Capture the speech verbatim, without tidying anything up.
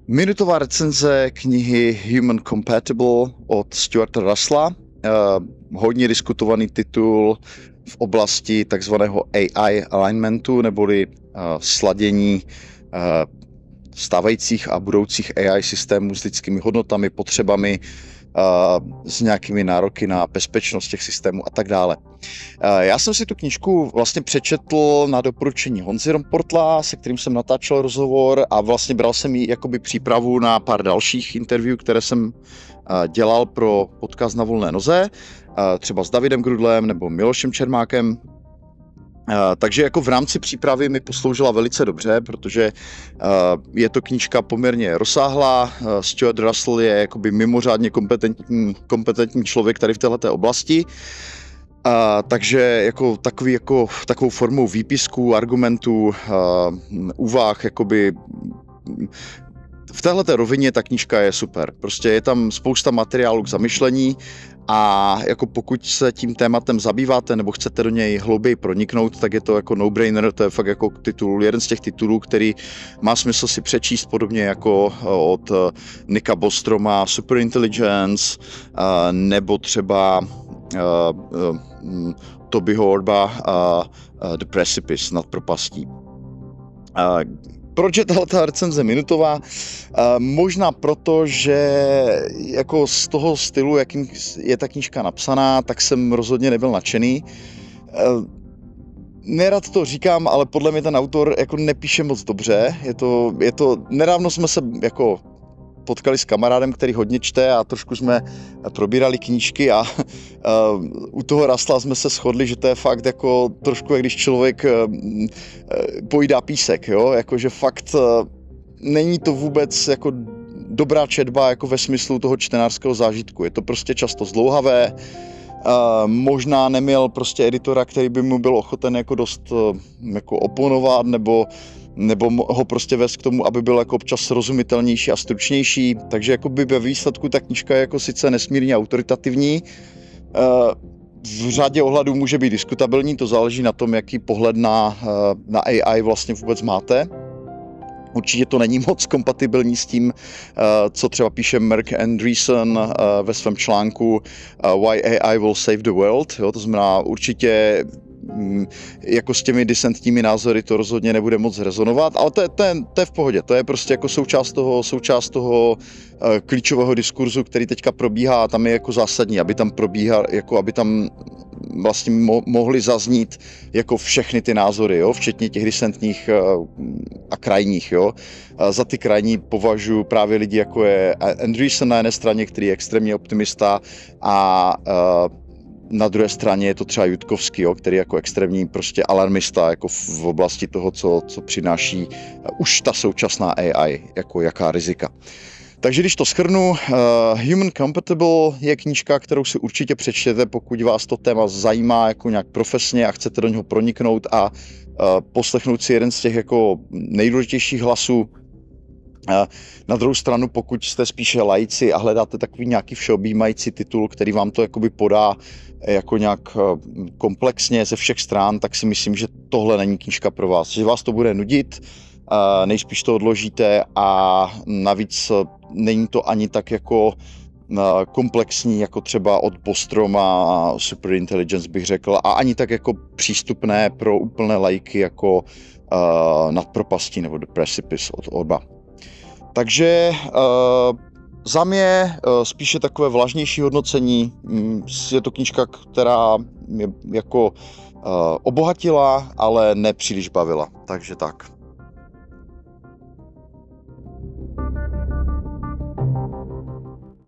Minutová recenze knihy Human Compatible od Stuarta Russella. Uh, hodně diskutovaný titul v oblasti takzvaného A I alignmentu, neboli uh, sladění uh, stávajících a budoucích A I systémů s lidskými hodnotami, potřebami, uh, s nějakými nároky na bezpečnost těch systémů a tak dále. Uh, já jsem si tu knížku vlastně přečetl na doporučení Honzy Romportla, se kterým jsem natáčel rozhovor, a vlastně bral jsem ji jakoby přípravu na pár dalších interview, které jsem uh, dělal pro podcast Na volné noze, uh, třeba s Davidem Grudlem nebo Milošem Čermákem. Uh, takže jako v rámci přípravy mi posloužila velice dobře, protože uh, je to knížka poměrně rozsáhlá. Uh, Stuart Russell je jakoby mimořádně kompetentní, kompetentní člověk tady v této oblasti. Uh, takže jako takový, jako, takovou formou výpisků, argumentů, uh, úvah, jakoby v téhleté rovině ta knížka je super. Prostě je tam spousta materiálu k zamyšlení a jako pokud se tím tématem zabýváte nebo chcete do něj hlouběji proniknout, tak je to jako no-brainer, to je fakt jako titul, jeden z těch titulů, který má smysl si přečíst, podobně jako od Nicka Bostroma Superintelligence, nebo třeba uh, uh, Tobyho Orba uh, uh, The Precipice, Nad propastí. Uh, Proč je tato recenze minutová? Uh, možná proto, že jako z toho stylu, jakým je ta knížka napsaná, tak jsem rozhodně nebyl nadšený. Uh, nerad to říkám, ale podle mě ten autor jako nepíše moc dobře. Je to, je to, nedávno jsme se jako potkali s kamarádem, který hodně čte, a trošku jsme probírali knížky a uh, u toho Russella jsme se shodli, že to je fakt jako trošku, jak když člověk uh, pojídá písek, jo, jakože fakt uh, není to vůbec jako dobrá četba jako ve smyslu toho čtenářského zážitku. Je to prostě často zdlouhavé, uh, možná neměl prostě editora, který by mu byl ochoten jako dost uh, jako oponovat, nebo nebo ho prostě vést k tomu, aby byl jako občas srozumitelnější a stručnější. Takže jakoby ve výsledku ta knížka je jako sice nesmírně autoritativní, v řadě ohledů může být diskutabilní, to záleží na tom, jaký pohled na, na A I vlastně vůbec máte. Určitě to není moc kompatibilní s tím, co třeba píše Mark Andreessen ve svém článku Why A I Will Save the World. Jo, to znamená, určitě jako s těmi disentními názory to rozhodně nebude moc rezonovat, ale to je, to je, to je v pohodě, to je prostě jako součást toho, součást toho uh, klíčového diskurzu, který teďka probíhá, a tam je jako zásadní, aby tam probíhal, jako aby tam vlastně mo- mohly zaznít jako všechny ty názory, jo, včetně těch disentních uh, a krajních, jo. Uh, za ty krajní považuji právě lidi, jako je Andreessen na jedné straně, který je extrémně optimista, a uh, na druhé straně je to třeba Jutkovský, jo, který je jako extrémní prostě alarmista jako v oblasti toho, co, co přináší už ta současná A I, jako jaká rizika. Takže když to shrnu, uh, Human Compatible je knížka, kterou si určitě přečtěte, pokud vás to téma zajímá jako nějak profesně a chcete do něho proniknout a uh, poslechnout si jeden z těch jako nejdůležitějších hlasů. Na druhou stranu, pokud jste spíše laici a hledáte takový nějaký všeobjímající titul, který vám to jakoby podá jako nějak komplexně ze všech stran, tak si myslím, že tohle není knížka pro vás. Že vás to bude nudit, nejspíš to odložíte, a navíc není to ani tak jako komplexní, jako třeba od Bostroma a Superintelligence bych řekl, a ani tak jako přístupné pro úplné laiky jako uh, Nad propastí nebo The Precipice od Orba. Takže uh, za mě uh, spíše takové vlažnější hodnocení. Je to knížka, která mě jako uh, obohatila, ale nepříliš bavila. Takže tak.